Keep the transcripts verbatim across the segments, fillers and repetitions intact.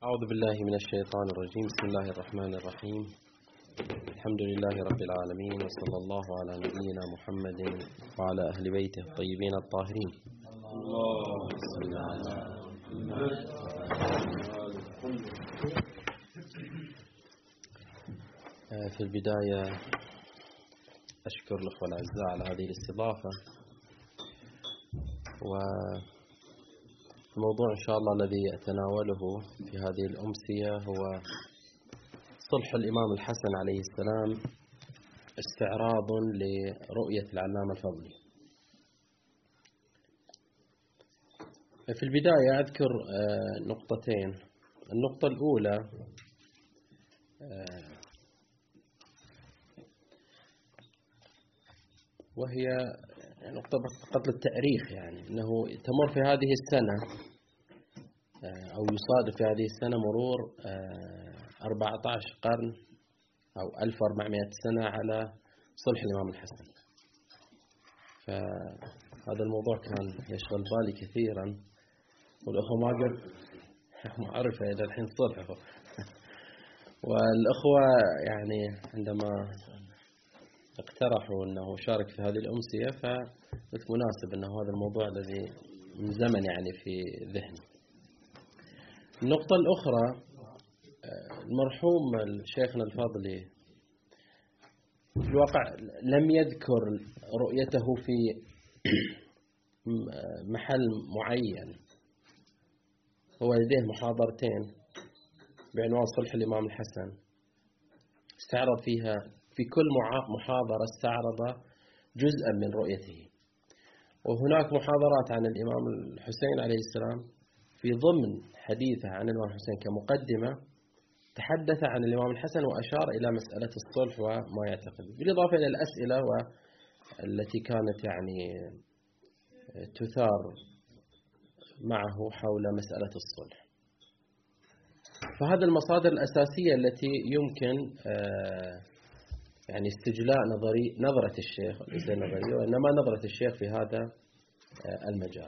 أعوذ بالله من الشيطان الرجيم. بسم الله الرحمن الرحيم. الحمد لله رب العالمين، وصلى الله على نبينا محمد وعلى أهل بيته الطيبين الطاهرين. الله بسم الله. في البداية أشكر الأخوة الأعزاء على هذه الاستضافة، والموضوع إن شاء الله الذي أتناوله في هذه الأمسية هو صلح الإمام الحسن عليه السلام، استعراض لرؤية العلامة الفضلي. في البداية أذكر نقطتين. النقطة الأولى وهي نقطة قبل التاريخ، يعني أنه تمر في هذه السنة أو يصادف في هذه السنة مرور أربعة عشر قرن أو ألف وأربعمائة سنة على صلح الإمام الحسن. فهذا الموضوع كان يشغل بالي كثيرا، والأخوة ما قد ما عرفوا إلى الحين صلحوا. والأخوة يعني عندما اقترحوا أنه شارك في هذه الأمسية فقلت مناسب أنه هذا الموضوع الذي من زمن يعني في ذهني. النقطة الأخرى، المرحوم شيخنا الفاضلي في الواقع لم يذكر رؤيته في محل معين. هو لديه محاضرتين بعنوان صلح الإمام الحسن، استعرض فيها في كل محاضرة استعرض جزءا من رؤيته. وهناك محاضرات عن الإمام الحسين عليه السلام في ضمن حديثه عن الإمام الحسين كمقدمة تحدث عن الإمام الحسن وأشار إلى مسألة الصلح وما يعتقد، بالإضافة إلى الأسئلة والتي كانت يعني تثار معه حول مسألة الصلح. فهذه المصادر الأساسية التي يمكن يعني استجلاء نظري نظرة الشيخ، ليس نظرية وإنما نظرة الشيخ في هذا المجال.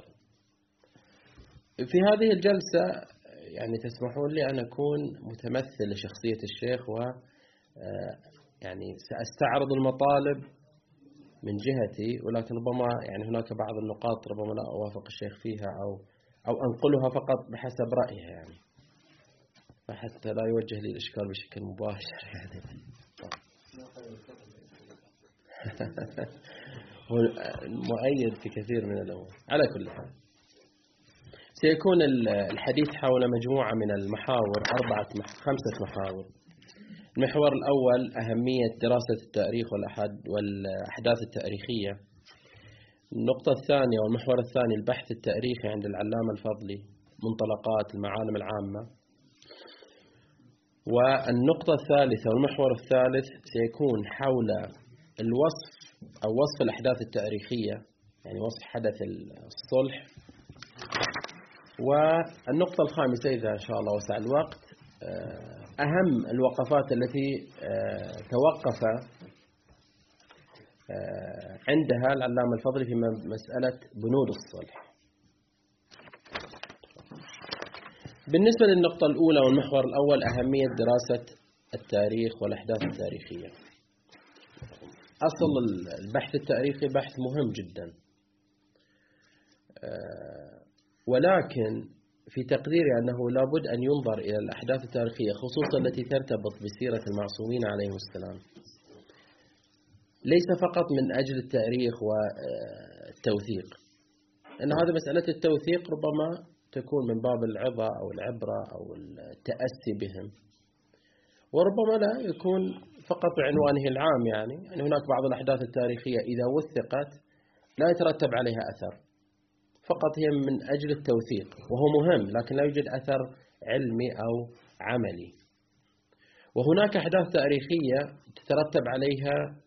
في هذه الجلسة يعني تسمحون لي أن أكون متمثل لشخصية الشيخ، و يعني سأستعرض المطالب من جهتي، ولكن ربما يعني هناك بعض النقاط ربما لا أوافق الشيخ فيها أو أو أنقلها فقط بحسب رأيه، يعني فحتى لا يوجه لي الإشكال بشكل مباشر. يعني هو مؤيد في كثير من الأمور. على كل حال سيكون الحديث حول مجموعة من المحاور، أربعة خمسة محاور. المحور الأول أهمية دراسة التاريخ والأحداث التاريخية. النقطة الثانية والمحور الثاني البحث التاريخي عند العلامة الفضلي، منطلقات المعالم العامة. والنقطة الثالثة والمحور الثالث سيكون حول الوصف أو وصف الأحداث التاريخية، يعني وصف حدث الصلح. والنقطة الخامسة إذا إن شاء الله وسع الوقت أهم الوقفات التي توقف عندها العلامة الفضلي في مسألة بنود الصلح. بالنسبة للنقطة الأولى والمحور الأول أهمية دراسة التاريخ والأحداث التاريخية. أصل البحث التاريخي بحث مهم جدا، ولكن في تقديري أنه لابد أن ينظر إلى الأحداث التاريخية خصوصا التي ترتبط بسيرة المعصومين عليهم السلام، ليس فقط من أجل التاريخ والتوثيق، أن هذه مسألة التوثيق ربما تكون من باب العظة أو العبرة أو التأسي بهم، وربما لا يكون فقط بعنوانه العام. يعني, يعني هناك بعض الأحداث التاريخية إذا وثقت لا يترتب عليها أثر، فقط هي من أجل التوثيق وهو مهم، لكن لا يوجد أثر علمي أو عملي. وهناك أحداث تاريخية تترتب عليها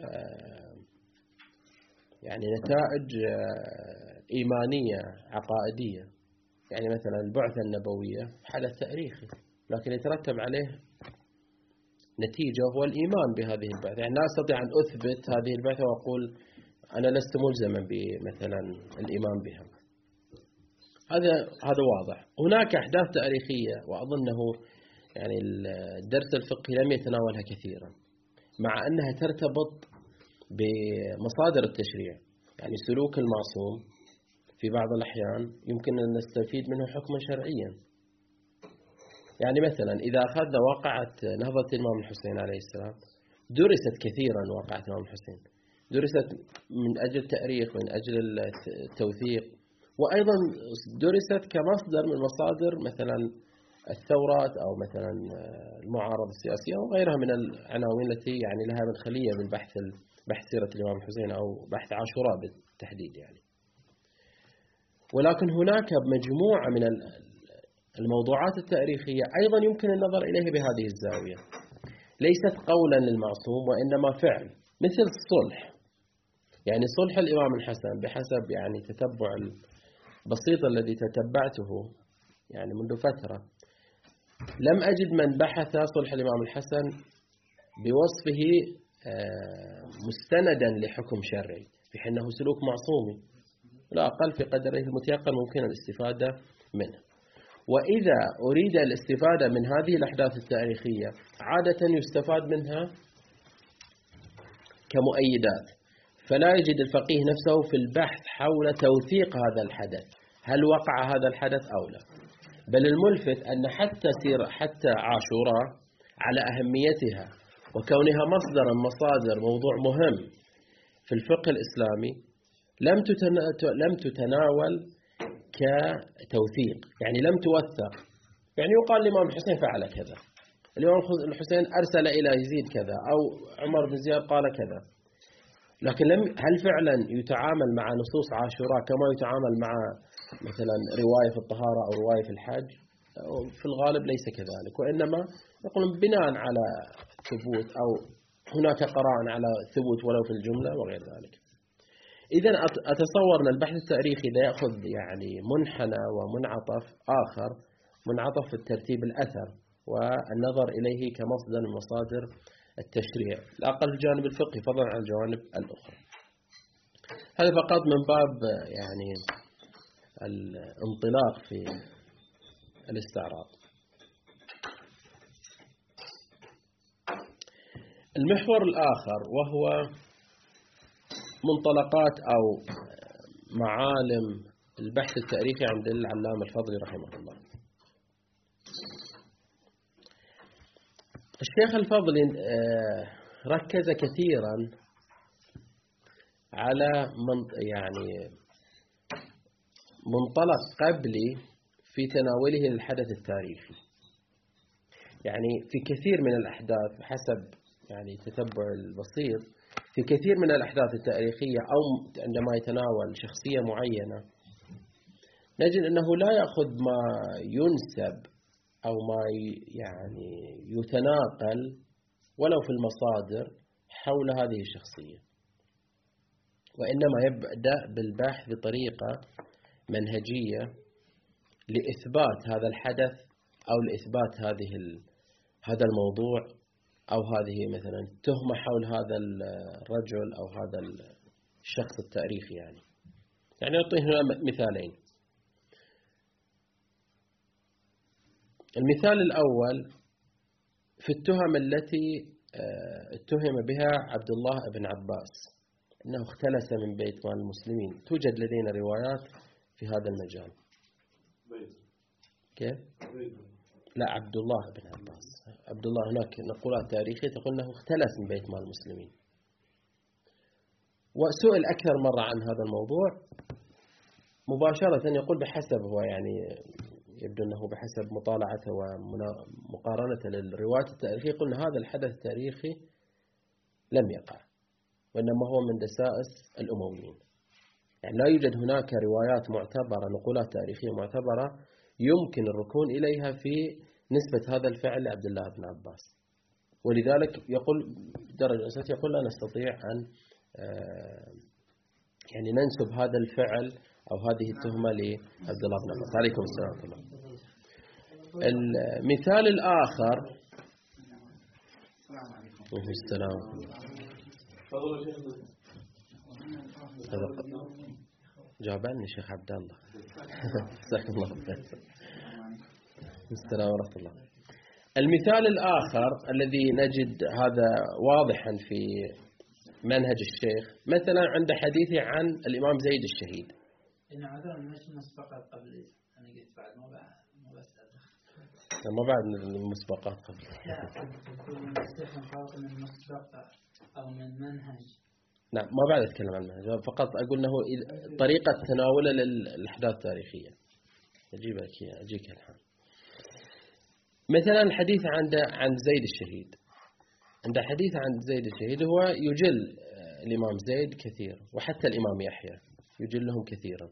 يعني نتائج إيمانية عقائدية، يعني مثلا البعثة النبوية حدث تاريخي لكن يترتب عليه نتيجة هو الإيمان بهذه البعثة. يعني لا أستطيع أن أثبت هذه البعثة وأقول أنا لست ملزما بمثلا الإيمان بها. هذا هذا واضح. هناك أحداث تاريخية وأظنه يعني الدرس الفقهي لم يتناولها كثيرا، مع أنها ترتبط بمصادر التشريع. يعني سلوك المعصوم في بعض الأحيان يمكن أن نستفيد منه حكما شرعيا. يعني مثلا إذا أخذنا واقعة نهضة الإمام الحسين عليه السلام، درست كثيرا واقعة الإمام الحسين، درست من أجل التأريخ، من أجل التوثيق، وأيضا درست كمصدر من مصادر مثلا الثورات أو مثلا المعارضة السياسية وغيرها من العناوين التي يعني لها مدخلية بالبحث بحث سيرة الإمام الحسين أو بحث عاشوراء بالتحديد يعني. ولكن هناك مجموعة من الموضوعات التاريخية أيضا يمكن النظر إليها بهذه الزاوية، ليست قولا للمعصوم وإنما فعل، مثل الصلح. يعني صلح الإمام الحسن بحسب يعني تتبع البسيط الذي تتبعته يعني منذ فترة، لم أجد من بحث صلح الإمام الحسن بوصفه مستندا لحكم شرعي في حين أنه سلوك معصومي، لا أقل في قدره المتيقن ممكن الاستفادة منه. وإذا أريد الاستفادة من هذه الأحداث التاريخية عادة يستفاد منها كمؤيدات، فلا يجد الفقيه نفسه في البحث حول توثيق هذا الحدث، هل وقع هذا الحدث أو لا. بل الملفت أن حتى سير حتى عاشوراء على أهميتها وكونها مصدرا مصادر موضوع مهم في الفقه الإسلامي لم لم تتناول كتوثيق، يعني لم توثق. يعني يقال الإمام الحسين فعل كذا، الإمام الحسين أرسل إلى يزيد كذا، أو عمر بن زياد قال كذا، لكن لم هل فعلا يتعامل مع نصوص عاشوراء كما يتعامل مع مثلا رواية في الطهارة أو رواية في الحج؟ في الغالب ليس كذلك، وإنما يقولون بناء على ثبوت أو هناك قراءة على ثبوت ولو في الجملة وغير ذلك. إذن أتصور أن البحث التاريخي لا يأخذ يعني منحنى ومنعطف آخر، منعطف في الترتيب الأثر والنظر إليه كمصدر من مصادر التشريع، لا أقل في الجانب الفقهي فضلا عن الجوانب الأخرى. هذا فقط من باب يعني الانطلاق في الاستعراض. المحور الآخر وهو منطلقات أو معالم البحث التاريخي عند العلامة الفضلي رحمه الله. الشيخ الفضلي ركز كثيرا على يعني منطلق قبلي في تناوله للحدث التاريخي. يعني في كثير من الأحداث بحسب يعني تتبع البسيط، في كثير من الأحداث التاريخية أو عندما يتناول شخصية معينة نجد أنه لا يأخذ ما ينسب أو ما يعني يتناقل ولو في المصادر حول هذه الشخصية، وإنما يبدأ بالبحث بطريقة منهجية لإثبات هذا الحدث أو لإثبات هذه هذا الموضوع أو هذه مثلا تهمة حول هذا الرجل أو هذا الشخص التاريخي. يعني يعني أعطيه هنا مثالين. المثال الأول في التهم التي اتهم بها عبد الله بن عباس، أنه اختلس من بيت مال المسلمين. توجد لدينا روايات في هذا المجال. كيف؟ لا، عبد الله بن عباس. عبد الله هناك نقولات تاريخية تقول أنه اختلس من بيت مال المسلمين، وسئل أكثر مرة عن هذا الموضوع مباشرة يقول بحسب هو يعني يبدو أنه بحسب مطالعته ومقارنته للروايات التاريخية قلنا هذا الحدث التاريخي لم يقع، وإنما هو من دسائس الأمويين. يعني لا يوجد هناك روايات معتبرة، نقولات تاريخية معتبرة يمكن الركون إليها في نسبة هذا الفعل لعبد الله بن عباس. ولذلك يقول درجة أساس يقول لا نستطيع أن يعني ننسب هذا الفعل أو هذه التهمة لعبد الله بن عباس. عليكم السلام ورحمة الله. المثال الآخر السلام جابني شيخ عبد الله. جزاك الله خير. السلام ورحمة الله. المثال الآخر الذي نجد هذا واضحا في منهج الشيخ مثلا عند حديثه عن الإمام زيد الشهيد. إنه عذرا مش مسبقات قبل أنا قلت بعد ما بعد ما بس ما بعد المسبقات قبل. لا تقول نستخدم خاطر من مسبقة أو من منهج. نعم ما بعد أتكلم عن المنهج فقط أقول أنه طريقة تناوله للأحداث التاريخية. أجيبك أجيك الحين. مثلا الحديث عند عن زيد الشهيد. عند حديث عن زيد الشهيد هو يجل الإمام زيد كثير وحتى الإمام يحيى يجلهم كثيرا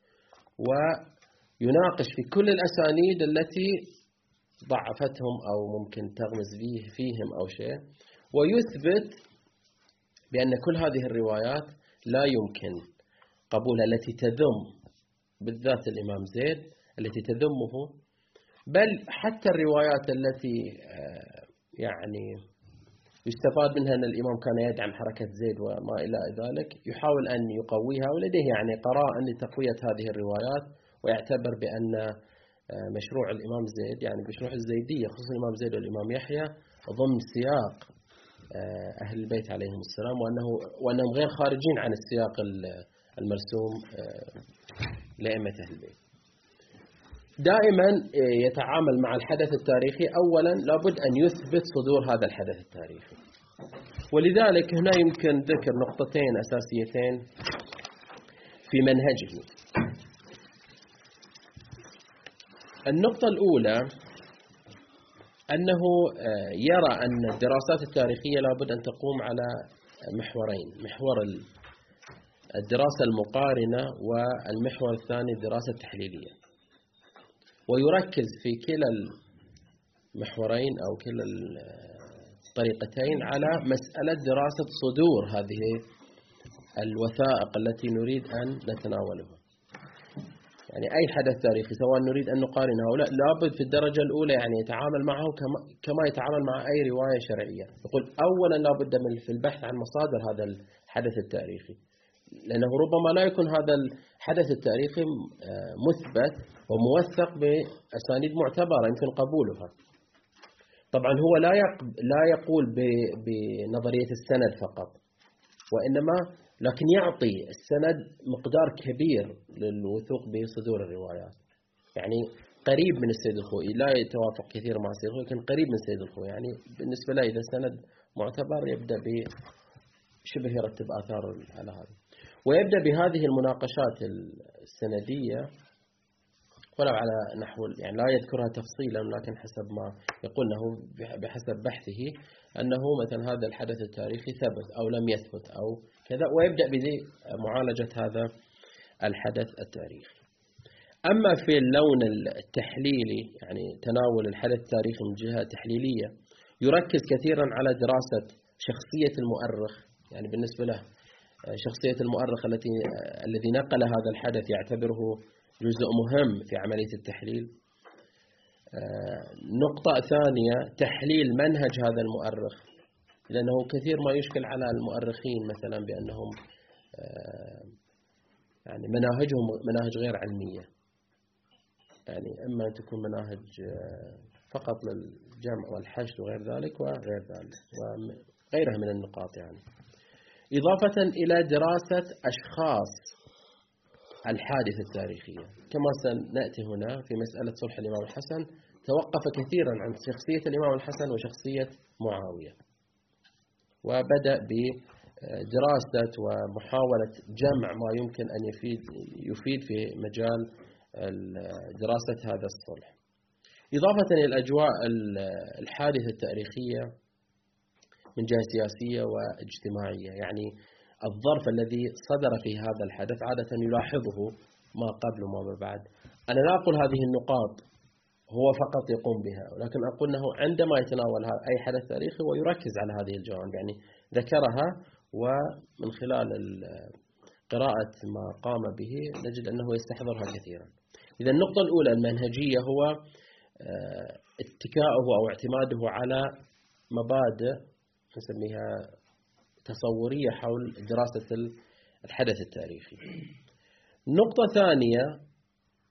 ويناقش في كل الأسانيد التي ضعفتهم أو ممكن تغمز فيه فيهم أو شيء ويثبت بأن كل هذه الروايات لا يمكن قبولها التي تذم بالذات الإمام زيد التي تذمه بل حتى الروايات التي يعني يستفاد منها أن الإمام كان يدعم حركة زيد وما إلى ذلك يحاول أن يقويها ولديه يعني قراءة لتقوية هذه الروايات ويعتبر بأن مشروع الإمام زيد يعني مشروع الزيدية خصوصا الإمام زيد والإمام يحيى ضمن سياق أهل البيت عليهم السلام وأنه وأنهم غير خارجين عن السياق المرسوم لأئمة أهل البيت. دائما يتعامل مع الحدث التاريخي أولا لابد أن يثبت صدور هذا الحدث التاريخي ولذلك هنا يمكن ذكر نقطتين أساسيتين في منهجه. النقطة الأولى أنه يرى أن الدراسات التاريخية لابد أن تقوم على محورين محور الدراسة المقارنة والمحور الثاني الدراسة التحليلية ويركز في كلا المحورين أو كلا الطريقتين على مسألة دراسة صدور هذه الوثائق التي نريد أن نتناولها يعني أي حدث تاريخي سواء نريد أن نقارنه أو لا لابد في الدرجة الأولى يعني يتعامل معه كما يتعامل مع أي رواية شرعية. يقول أولا لابد من في البحث عن مصادر هذا الحدث التاريخي لأنه ربما لا يكون هذا الحدث التاريخي مثبت وموثق بأسانيد معتبرة يمكن قبولها. طبعا هو لا لا يقول بنظرية السند فقط وإنما لكن يعطي السند مقدار كبير للوثوق بصدور الروايات يعني قريب من السيد الخوئي لا يتوافق كثير مع السيد الخوئي لكن قريب من السيد الخوئي يعني بالنسبة له إذا السند معتبر يبدأ بشبه يرتب آثار على هذا ويبدأ بهذه المناقشات السندية ولو على نحو يعني لا يذكرها تفصيلا لكن حسب ما يقول أنه بحسب بحثه أنه مثلا هذا الحدث التاريخي ثبت أو لم يثبت أو كذا ويبدأ بمعالجة هذا الحدث التاريخي. أما في اللون التحليلي يعني تناول الحدث التاريخي من جهة تحليلية يركز كثيرا على دراسة شخصية المؤرخ يعني بالنسبة له شخصية المؤرخ التي الذي نقل هذا الحدث يعتبره جزء مهم في عملية التحليل. نقطة ثانية تحليل منهج هذا المؤرخ لأنه كثير ما يشكل على المؤرخين مثلا بأنهم يعني مناهجهم مناهج غير علمية يعني إما أن تكون مناهج فقط للجمع والحشد وغير ذلك وغير ذلك وغيرها من النقاط يعني إضافة إلى دراسة أشخاص الحادثة التاريخية كما سنأتي هنا في مسألة صلح الإمام الحسن توقف كثيرا عن شخصية الإمام الحسن وشخصية معاوية وبدأ بدراسة ومحاولة جمع ما يمكن أن يفيد يفيد في مجال دراسة هذا الصلح إضافة إلى الأجواء الحادثة التاريخية من جهة سياسية واجتماعية يعني الظرف الذي صدر في هذا الحدث، عادة يلاحظه ما قبل وما بعد. أنا لا أقول هذه النقاط هو فقط يقوم بها، ولكن أقول أنه عندما يتناول أي حدث تاريخي ويركز على هذه الجوانب، يعني ذكرها ومن خلال قراءة ما قام به نجد أنه يستحضرها كثيرا. إذا النقطة الأولى المنهجية هو اتكاؤه أو اعتماده على مبادئ نسميها تصورية حول دراسة الحدث التاريخي. نقطة ثانية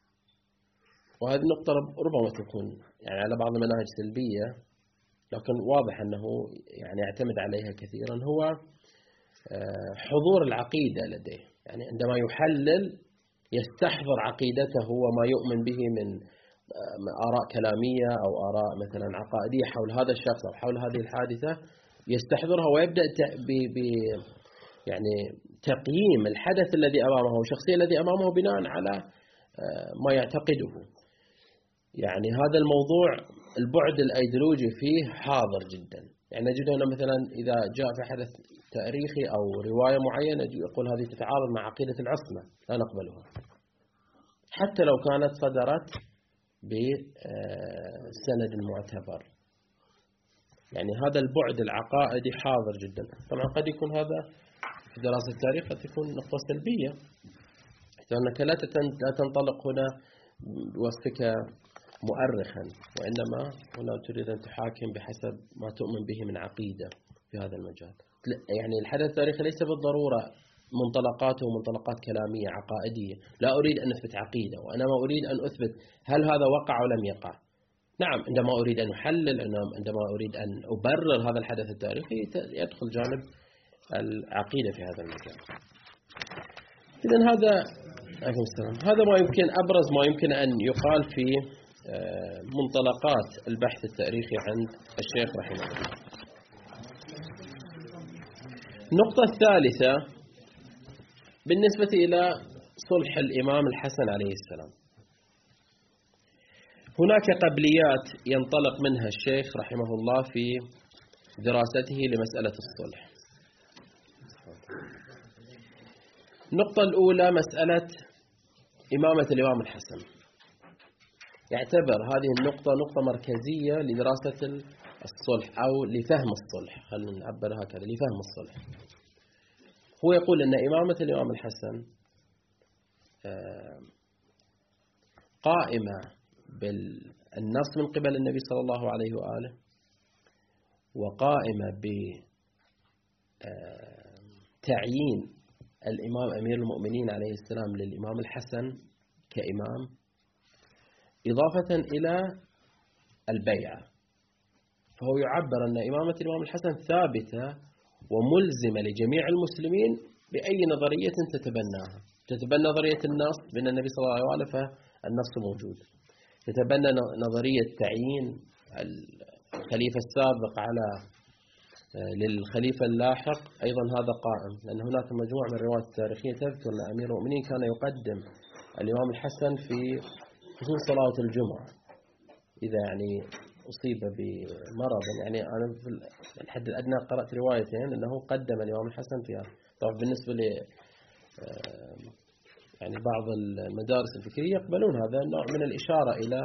وهذه النقطة ربما تكون يعني على بعض المناهج سلبية، لكن واضح أنه يعني يعتمد عليها كثيرا، هو حضور العقيدة لديه. يعني عندما يحلل يستحضر عقيدته وما يؤمن به من آراء كلامية أو آراء مثلا عقائدية حول هذا الشخص أو حول هذه الحادثة، يستحضرها ويبدأ ب ب يعني تقييم الحدث الذي أمامه والشخصية الذي أمامه بناء على ما يعتقده. يعني هذا الموضوع البعد الأيديولوجي فيه حاضر جدا. يعني نجد هنا مثلا إذا جاء في حدث تاريخي أو رواية معينة يقول هذه تتعارض مع عقيدة العصمة، لا نقبلها حتى لو كانت صدرت بسند المعتبر. يعني هذا البعد العقائدي حاضر جدا. طبعا قد يكون هذا في دراسة التاريخ قد تكون نقطة سلبية، لأنك لا تنطلق هنا بوصفك مؤرخا، وإنما هنا تريد أن تحاكم بحسب ما تؤمن به من عقيدة في هذا المجال. يعني الحدث التاريخي ليس بالضرورة منطلقاته منطلقات كلامية عقائدية. لا أريد أن أثبت عقيدة، وأنما أريد أن أثبت هل هذا وقع أو لم يقع. نعم، عندما أريد أن أحلل، عندما أريد أن أبرر هذا الحدث التاريخي يدخل جانب العقيدة في هذا المجال. إذن هذا عليكم السلام هذا ما يمكن أبرز ما يمكن أن يقال في منطلقات البحث التاريخي عند الشيخ رحمه الله. النقطة الثالثة بالنسبة إلى صلح الإمام الحسن عليه السلام، هناك قبليات ينطلق منها الشيخ رحمه الله في دراسته لمسألة الصلح. النقطة الأولى مسألة إمامة الإمام الحسن. يعتبر هذه النقطة نقطة مركزية لدراسة الصلح أو لفهم الصلح، خلينا نعبر هكذا، لفهم الصلح. هو يقول أن إمامة الإمام الحسن قائمة بالنص من قبل النبي صلى الله عليه وآله، وقائمة بتعيين الإمام أمير المؤمنين عليه السلام للإمام الحسن كإمام، إضافة إلى البيعة. فهو يعبر أن إمامة الإمام الحسن ثابتة وملزمة لجميع المسلمين بأي نظرية تتبناها. تتبنى نظرية النص بأن النبي صلى الله عليه وآله فالنص موجود، تتبنى نظرية تعيين الخليفة السابق على للخليفة اللاحق، أيضا هذا قائم، لأن هناك مجموعة من الروايات التاريخية تذكر أن أمير المؤمنين كان يقدم الإمام الحسن في خصوص صلاة الجمعة إذا يعني أصيب بمرض. يعني أنا في الحد الأدنى قرأت روايتين أنه قدم الإمام الحسن فيها. طبعا بالنسبة ل يعني بعض المدارس الفكرية يقبلون هذا النوع من الإشارة إلى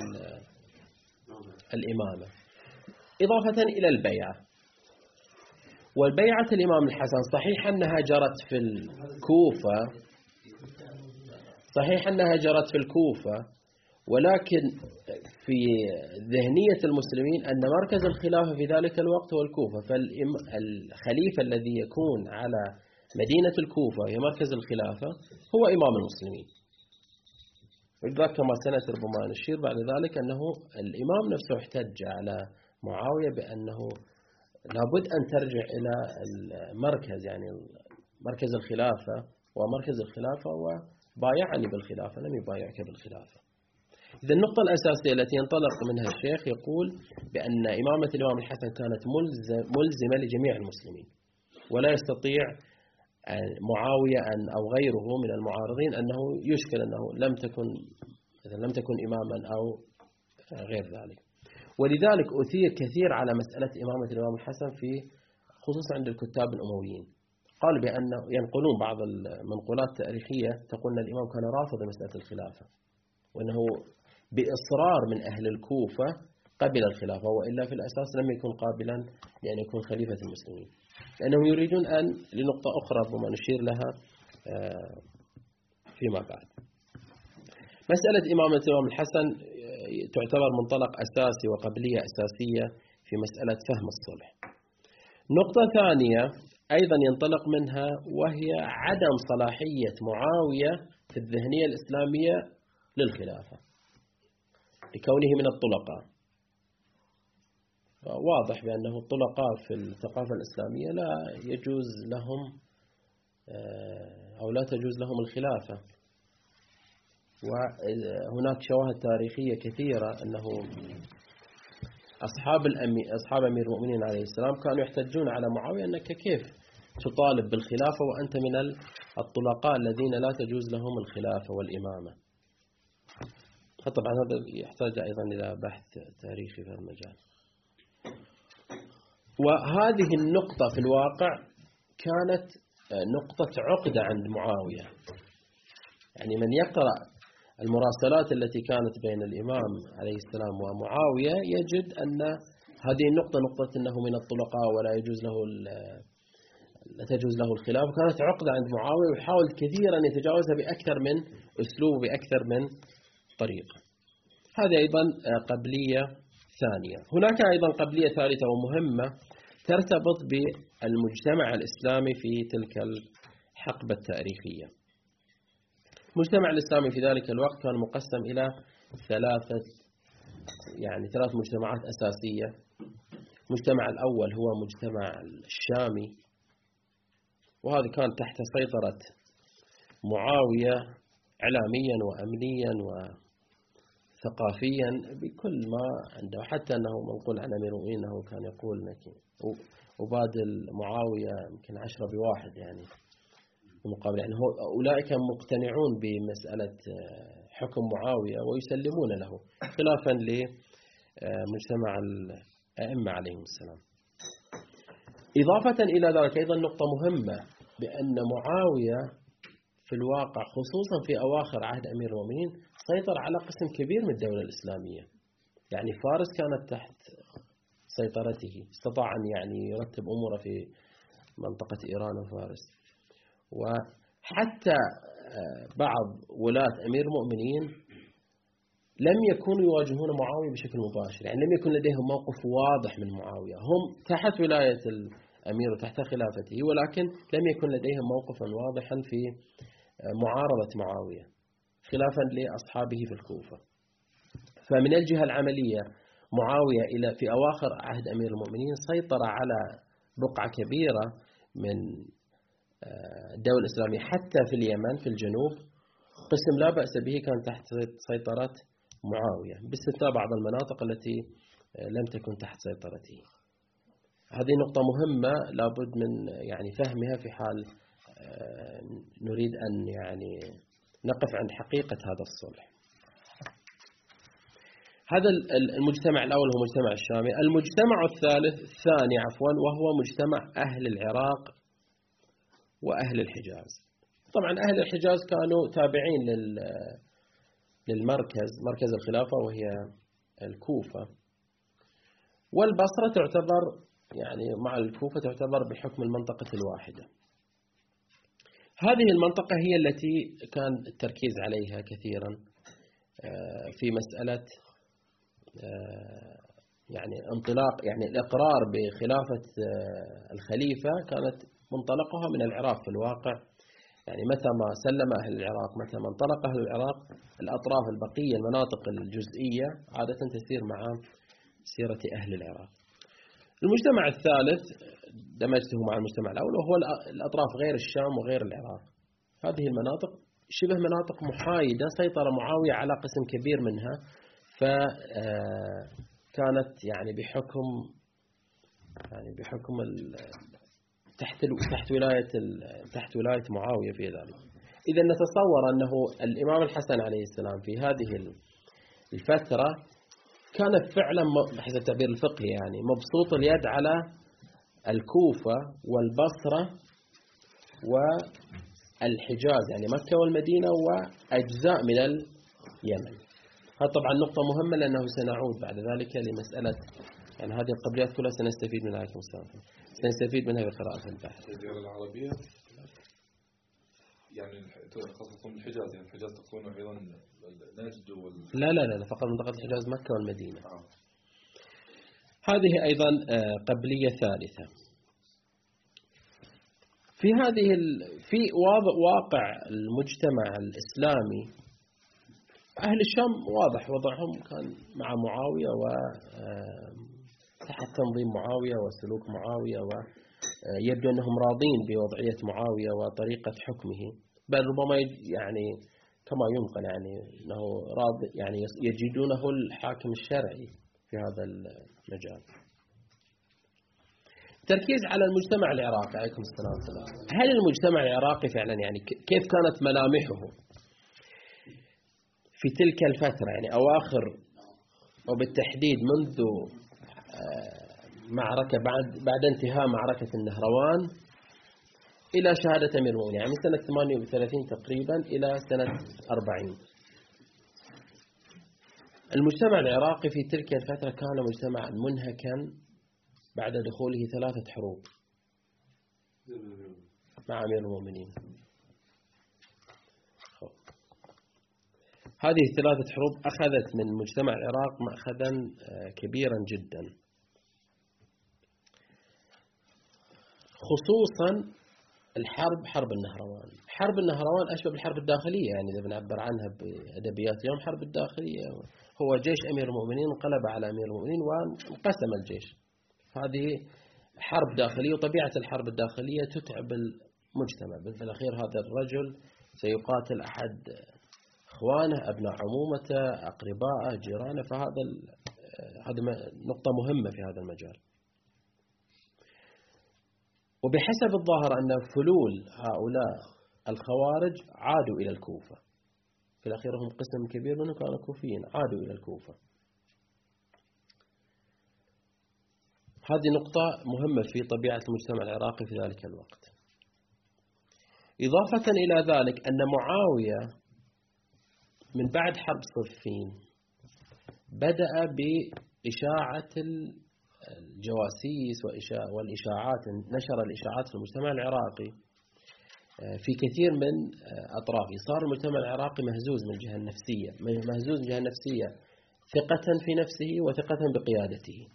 الإمامة، إضافة إلى البيعة. والبيعة الإمام الحسن صحيح أنها جرت في الكوفة، صحيح أنها جرت في الكوفة، ولكن في ذهنية المسلمين أن مركز الخلافة في ذلك الوقت هو الكوفة، فالخليفة الذي يكون على مدينة الكوفة هي مركز الخلافة هو إمام المسلمين. ولذلك كما سنة ربما نشير بعد ذلك أنه الإمام نفسه احتج على معاوية بأنه لابد أن ترجع إلى المركز، يعني مركز الخلافة، ومركز الخلافة وبايعني بالخلافة لم يبايعك بالخلافة. إذا النقطة الأساسية التي ينطلق منها الشيخ يقول بأن إمامة الإمام الحسن كانت ملزمة لجميع المسلمين، ولا يستطيع معاوية أن أو غيره من المعارضين أنه يشكل أنه لم تكن لم تكن إماما أو غير ذلك. ولذلك أثير كثير على مسألة إمامة الإمام الحسن في خصوصا عند الكتاب الأمويين. قال بأنه ينقلون بعض المنقولات التاريخية تقول أن الإمام كان رافض مسألة الخلافة، وأنه بإصرار من أهل الكوفة قبل الخلافة، وإلا في الأساس لم يكن قابلا لأن يكون خليفة المسلمين، لأنهم يريدون أن لنقطة أخرى وما نشير لها فيما بعد. مسألة إمامة الإمام الحسن تعتبر منطلق أساسي وقبلية أساسية في مسألة فهم الصلح. نقطة ثانية أيضا ينطلق منها وهي عدم صلاحية معاوية في الذهنية الإسلامية للخلافة. لكونه من الطلقاء. واضح بأنه الطلقاء في الثقافة الإسلامية لا يجوز لهم أو لا تجوز لهم الخلافة. وهناك شواهد تاريخية كثيرة أنه أصحاب الأمي أصحاب أمير المؤمنين عليه السلام كانوا يحتجون على معاوية أنك كيف تطالب بالخلافة وأنت من الطلقاء الذين لا تجوز لهم الخلافة والإمامة. طبعا هذا يحتاج أيضا إلى بحث تاريخي في المجال. وهذه النقطة في الواقع كانت نقطة عقدة عند معاوية. يعني من يقرأ المراسلات التي كانت بين الإمام عليه السلام ومعاوية يجد أن هذه النقطة نقطة أنه من الطلقاء ولا يجوز له لا تجوز له الخلافة كانت عقدة عند معاوية، ويحاول كثيرا يتجاوزها بأكثر من أسلوب بأكثر من طريقة. هذه أيضا قبلية ثانية. هناك أيضا قبلية ثالثة ومهمة ترتبط بالمجتمع الإسلامي في تلك الحقبة التاريخية. المجتمع الإسلامي في ذلك الوقت كان مقسم إلى ثلاثة يعني ثلاث مجتمعات أساسية. المجتمع الأول هو مجتمع الشامي، وهذا كان تحت سيطرة معاوية إعلاميا وأمنيا وثقافيا بكل ما عنده، حتى أنه منقول عن أمير المؤمنين أنه كان يقول أبادل معاوية يمكن عشرة بواحد يعني مقابل. يعني أولئك مقتنعون بمسألة حكم معاوية ويسلمون له، خلافا لمجتمع الأئمة عليهم السلام. إضافة إلى ذلك أيضا نقطة مهمة، بأن معاوية في الواقع خصوصا في أواخر عهد أمير المؤمنين سيطر على قسم كبير من الدولة الإسلامية. يعني فارس كانت تحت سيطرته، استطاع أن يعني يرتب أموره في منطقة إيران وفارس. وحتى بعض ولاة أمير المؤمنين لم يكونوا يواجهون معاوية بشكل مباشر، يعني لم يكن لديهم موقف واضح من معاوية، هم تحت ولاية الأمير وتحت خلافته، ولكن لم يكن لديهم موقفا واضحا في معارضة معاوية خلافا لأصحابه في الكوفة. فمن الجهة العملية معاوية إلى في أواخر عهد أمير المؤمنين سيطر على بقعة كبيرة من الدولة الإسلامية، حتى في اليمن في الجنوب قسم لا بأس به كان تحت سيطرة معاوية، باستثناء بعض المناطق التي لم تكن تحت سيطرته. هذه نقطة مهمة لابد من يعني فهمها في حال نريد أن يعني نقف عند حقيقة هذا الصلح. هذا المجتمع الأول هو مجتمع الشامي. المجتمع الثالث الثاني عفوا وهو مجتمع أهل العراق وأهل الحجاز. طبعا أهل الحجاز كانوا تابعين للمركز مركز الخلافة وهي الكوفة، والبصرة تعتبر يعني مع الكوفة تعتبر بحكم المنطقة الواحدة. هذه المنطقة هي التي كان التركيز عليها كثيرا في مسألة يعني انطلاق يعني الإقرار بخلافة الخليفة. كانت منطلقها من العراق في الواقع، يعني متى ما سلم أهل العراق متى ما انطلق أهل العراق الأطراف البقية المناطق الجزئية عادة تسير مع سيرة أهل العراق. المجتمع الثالث دمجته مع المجتمع الأول وهو الأطراف غير الشام وغير العراق. هذه المناطق شبه مناطق محايدة سيطر معاوية على قسم كبير منها، فكانت يعني بحكم يعني بحكم تحت تحت ولاية تحت ولاية معاوية في ذلك. إذا نتصور أنه الإمام الحسن عليه السلام في هذه الفترة كان فعلا بحسب التعبير الفقهي يعني مبسوط اليد على الكوفة والبصرة والحجاز، يعني مكة والمدينة وأجزاء من اليمن. هذا طبعا نقطة مهمة لأنه سنعود بعد ذلك لمسألة يعني هذه القبليات كلها سنستفيد منها عليكم السلام سنستفيد منها بقراءة البحث. الدولة العربية يعني خاصة الحجاز، يعني الحجاز تقصون أيضا النجد وال لا لا لا فقط منطقة الحجاز مكة والمدينة. آه. هذه أيضا قبلية ثالثة. في هذه ال... في واقع المجتمع الإسلامي أهل الشام واضح وضعهم كان مع معاوية وتحت تنظيم معاوية وسلوك معاوية، ويبدو أنهم راضين بوضعية معاوية وطريقة حكمه، بل ربما يعني كما ينقل يعني أنه راض يعني يجدونه الحاكم الشرعي في هذا المجال. تركيز على المجتمع العراقي عليكم السلام عليكم. هل المجتمع العراقي فعلا يعني كيف كانت ملامحه في تلك الفترة، يعني أواخر وبالتحديد منذ معركة بعد بعد انتهاء معركة النهروان إلى شهادة أمير المؤمنين، يعني من سنة ثمانية وثلاثين تقريبا إلى سنة أربعين. المجتمع العراقي في تلك الفترة كان مجتمعا منهكا بعد دخوله ثلاثة حروب مع أمير المؤمنين. هذه الثلاثة حروب أخذت من مجتمع العراق مأخذا كبيرا جدا، خصوصا الحرب حرب النهروان. حرب النهروان أشبه بالحرب الداخلية، يعني إذا بنعبر عنها بأدبيات اليوم حرب الداخلية. هو جيش أمير المؤمنين انقلب على أمير المؤمنين وانقسم الجيش. هذه حرب داخلية، وطبيعة الحرب الداخلية تتعب المجتمع. بالأخير هذا الرجل سيقاتل أحد إخوانه، أبناء عمومته، أقربائه، جيرانه، فهذا هذه نقطة مهمة في هذا المجال. وبحسب الظاهر أن فلول هؤلاء الخوارج عادوا إلى الكوفة، في الأخير هم قسم كبير منهم كانوا كوفيين، عادوا إلى الكوفة. هذه نقطة مهمة في طبيعة المجتمع العراقي في ذلك الوقت. إضافة إلى ذلك أن معاوية من بعد حرب صفين بدأ بإشاعة الجواسيس والإشاعات، نشر الإشاعات في المجتمع العراقي في كثير من أطرافه. صار المجتمع العراقي مهزوز من الجهة النفسية، مهزوز من الجهة النفسية ثقة في نفسه وثقة بقيادته.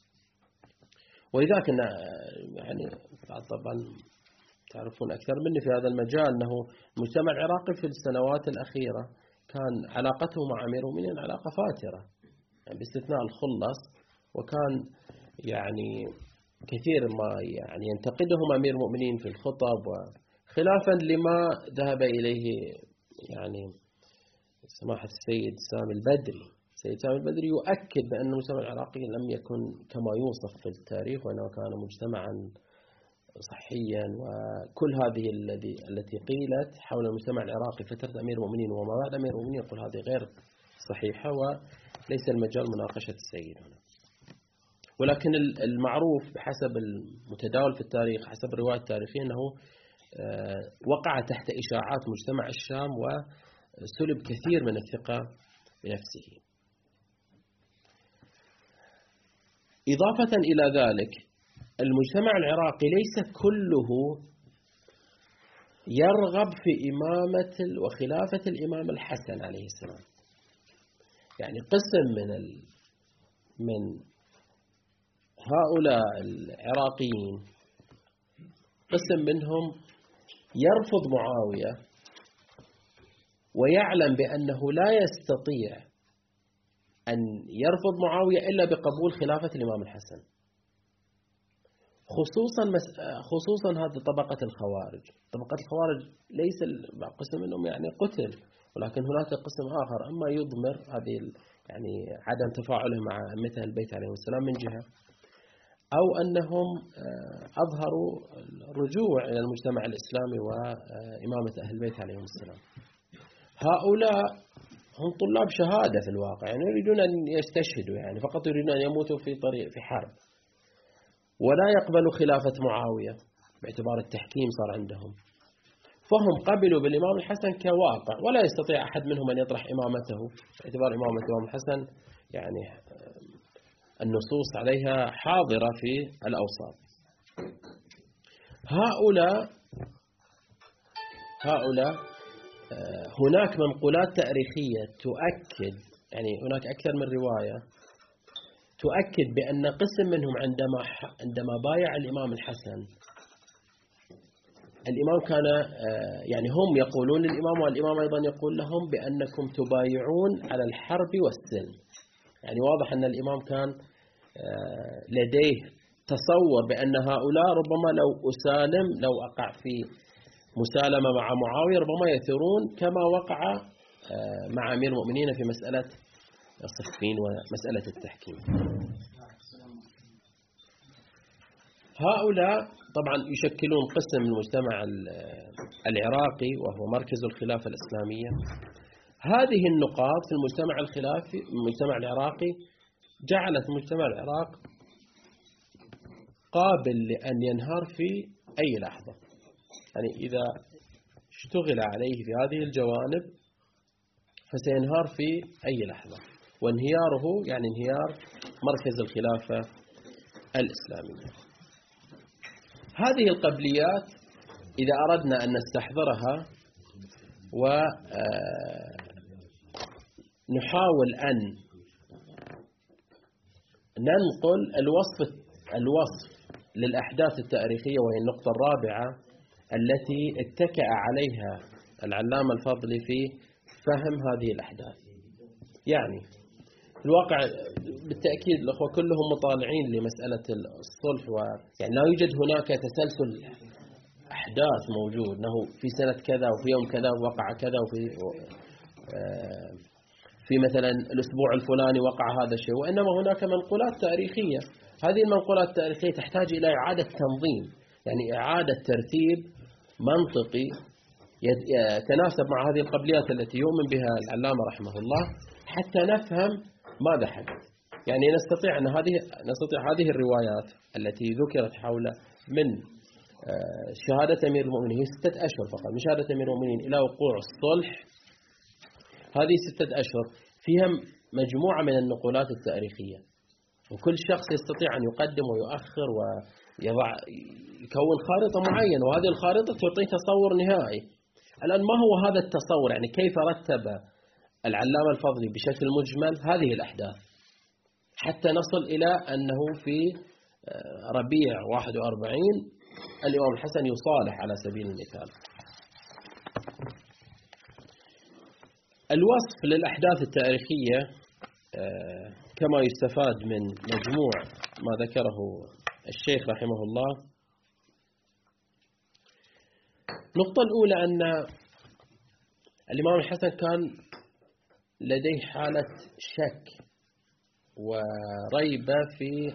ولذلك يعني طبعا تعرفون أكثر مني في هذا المجال أنه المجتمع العراقي في السنوات الأخيرة كان علاقته مع أمير المؤمنين علاقة فاترة، يعني باستثناء الخلص، وكان يعني كثير ما يعني ينتقدهم أمير المؤمنين في الخطب، وخلافا لما ذهب إليه يعني سماحة السيد سامي البدري. السيد سامي البدري يؤكد بأن المجتمع العراقي لم يكن كما يوصف في التاريخ، وأنه كان مجتمعا صحيا. وكل هذه الذي التي قيلت حول المجتمع العراقي فترة أمير المؤمنين وما بعد أمير المؤمنين يقول هذه غير صحيحة، وليس المجال مناقشة السيد هنا. ولكن المعروف بحسب المتداول في التاريخ، حسب الرواية التاريخية، أنه وقع تحت إشاعات مجتمع الشام وسلب كثير من الثقة بنفسه. إضافة إلى ذلك المجتمع العراقي ليس كله يرغب في إمامة وخلافة الإمام الحسن عليه السلام. يعني قسم من ال من هؤلاء العراقيين، قسم منهم يرفض معاوية ويعلم بأنه لا يستطيع أن يرفض معاوية إلا بقبول خلافة الإمام الحسن، خصوصا خصوصا هذه طبقة الخوارج. طبقة الخوارج ليس قسم منهم يعني قتل، ولكن هناك قسم آخر أما يضمر هذه يعني عدم تفاعله مع مثل البيت عليه السلام من جهة، أو أنهم أظهروا الرجوع إلى المجتمع الإسلامي وإمامة أهل البيت عليهم السلام. هؤلاء هم طلاب شهادة في الواقع، يعني يريدون أن يستشهدوا، يعني فقط يريدون أن يموتوا في طريق في حرب، ولا يقبلوا خلافة معاوية باعتبار التحكيم صار عندهم. فهم قبلوا بالإمام الحسن كواقع، ولا يستطيع أحد منهم أن يطرح إمامته باعتبار إمامة الإمام الحسن يعني النصوص عليها حاضرة في الأوساط. هؤلاء هؤلاء هناك منقولات تاريخية تؤكد، يعني هناك أكثر من رواية تؤكد بأن قسم منهم عندما عندما بايع الإمام الحسن الإمام كان يعني هم يقولون للإمام والإمام أيضا يقول لهم بأنكم تبايعون على الحرب والسلم. يعني واضح أن الإمام كان لديه تصور بأن هؤلاء ربما لو أسالم لو أقع في مسالمة مع معاوية ربما يثرون كما وقع مع أمير المؤمنين في مسألة صفين ومسألة التحكيم. هؤلاء طبعا يشكلون قسم من المجتمع العراقي وهو مركز الخلافة الإسلامية. هذه النقاط في المجتمع الخلافي المجتمع العراقي جعلت مجتمع العراق قابل لأن ينهار في أي لحظة. يعني إذا اشتغل عليه في هذه الجوانب فسينهار في أي لحظة، وانهياره يعني انهيار مركز الخلافة الإسلامية. هذه القبليات إذا أردنا أن نستحضرها ونحاول أن ننقل الوصف الوصف للأحداث التاريخية، وهي النقطة الرابعة التي اتكأ عليها العلامة الفضلي في فهم هذه الأحداث. يعني الواقع بالتأكيد الأخوة كلهم مطالعين لمسألة الصلح، ويعني لا يوجد هناك تسلسل أحداث موجود أنه في سنة كذا وفي يوم كذا وقع كذا وفي في مثلا الأسبوع الفلاني وقع هذا الشيء، وإنما هناك منقولات تاريخية. هذه المنقولات التاريخية تحتاج إلى إعادة تنظيم، يعني إعادة ترتيب منطقي يتناسب مع هذه القبليات التي يؤمن بها العلامة رحمه الله حتى نفهم ماذا حدث. يعني نستطيع أن هذه نستطيع هذه الروايات التي ذكرت حول من شهادة أمير المؤمنين هي ستة أشهر فقط، من شهادة أمير المؤمنين إلى وقوع الصلح هذه ستة أشهر فيها مجموعة من النقولات التاريخية، وكل شخص يستطيع أن يقدم ويؤخر ويضع يكون خارطة معينة، وهذه الخارطة تعطيه تصور نهائي. الآن ما هو هذا التصور؟ يعني كيف رتب العلامة الفضلي بشكل مجمل هذه الأحداث حتى نصل إلى أنه في ربيع واحد وأربعين الإمام الحسن يصالح على سبيل المثال. الوصف للأحداث التاريخية كما يستفاد من مجموع ما ذكره الشيخ رحمه الله. النقطة الأولى أن الإمام الحسن كان لديه حالة شك وريبة في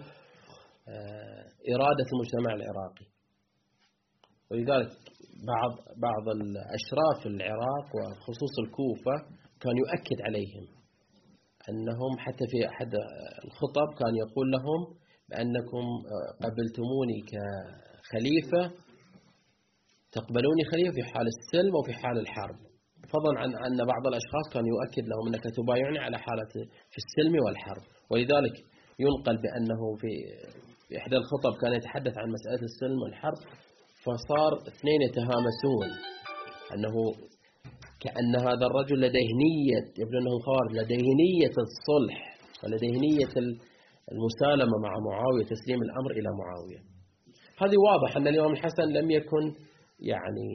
إرادة المجتمع العراقي، ولذلك بعض بعض الأشراف العراق وخصوص الكوفة كان يؤكد عليهم أنهم حتى في أحد الخطب كان يقول لهم بأنكم قبلتموني كخليفة تقبلوني خليفة في حال السلم وفي حال الحرب، فضلا عن أن بعض الأشخاص كان يؤكد لهم أنك تبايعني على حالة في السلم والحرب. ولذلك ينقل بأنه في إحدى الخطب كان يتحدث عن مسألة السلم والحرب، فصار اثنين يتهامسون أنه كأن هذا الرجل لديه نية، يبدو أنه خوارج لديه نية الصلح ولديه نية المسالمة مع معاوية، تسليم الأمر إلى معاوية. هذه واضح أن الإمام الحسن لم يكن يعني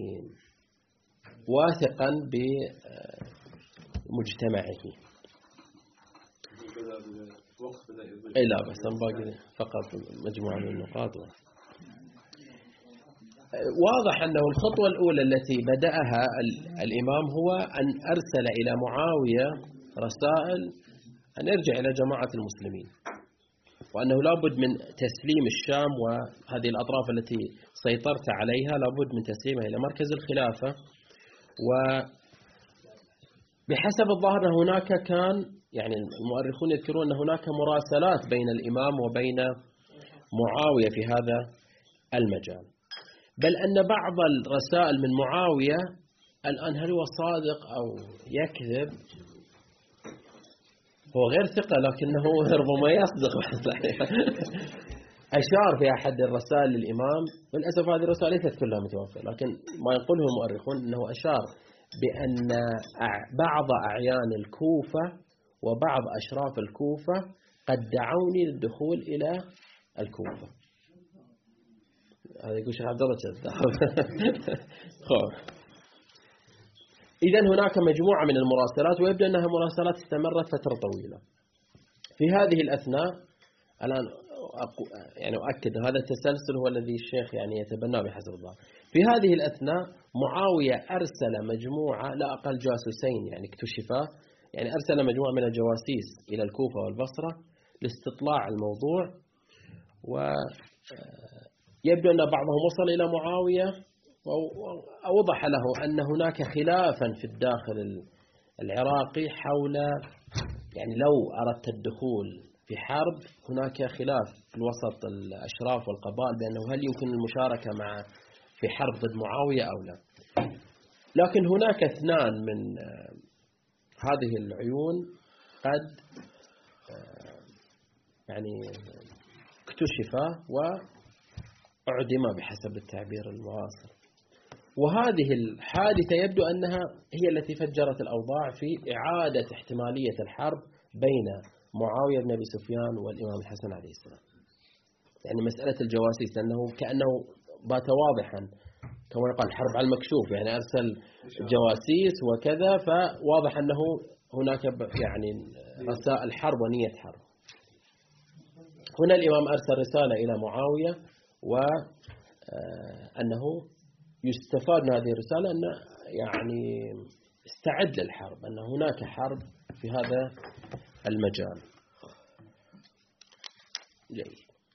واثقا بمجتمعه. إيه لا بس باقي فقط مجموعة من النقاط. واضح أنه الخطوة الأولى التي بدأها الإمام هو أن أرسل إلى معاوية رسائل أن يرجع إلى جماعة المسلمين، وأنه لابد من تسليم الشام وهذه الأطراف التي سيطرت عليها لابد من تسليمها إلى مركز الخلافة. وبحسب الظاهر هناك كان يعني المؤرخون يذكرون أن هناك مراسلات بين الإمام وبين معاوية في هذا المجال، بل أن بعض الرسائل من معاوية الآن هل هو صادق أو يكذب هو غير ثقة، لكنه ربما يصدق. أشار في أحد الرسائل للإمام، وللأسف هذه الرسائل ليست كلها متوفرة، لكن ما يقوله المؤرخون أنه أشار بأن بعض أعيان الكوفة وبعض أشراف الكوفة قد دعوني للدخول إلى الكوفة. هذا يقول شيخ عبد الله كذاب. إذا هناك مجموعة من المراسلات، ويبدو أنها مراسلات استمرت فترة طويلة. في هذه الأثناء الآن يعني أؤكد هذا التسلسل هو الذي الشيخ يعني يتبناه بحسب الله. في هذه الأثناء معاوية أرسل مجموعة لا أقل جاسوسين يعني اكتشفا، يعني أرسل مجموعة من الجواسيس إلى الكوفة والبصرة لاستطلاع الموضوع، ويبدو أن بعضهم وصل إلى معاوية وأوضح له أن هناك خلافا في الداخل العراقي حول، يعني لو أردت الدخول في حرب هناك خلاف في الوسط الأشراف والقبائل بأنه هل يمكن المشاركة مع في حرب ضد معاوية أو لا. لكن هناك اثنان من هذه العيون قد يعني اكتشفا وأعدما بحسب التعبير المعاصر، وهذه الحادثة يبدو أنها هي التي فجرت الأوضاع في إعادة احتمالية الحرب بين معاوية بن أبي سفيان والإمام الحسن عليه السلام. يعني مسألة الجواسيس لأنه كأنه بات واضحا كما يقال الحرب على المكشوف، يعني أرسل جواسيس وكذا، فواضح أنه هناك يعني رسائل حرب ونية حرب. هنا الإمام أرسل رسالة إلى معاوية وأنه يستفاد من هذه الرسالة أن يعني استعد للحرب، أن هناك حرب في هذا المجال. جيد.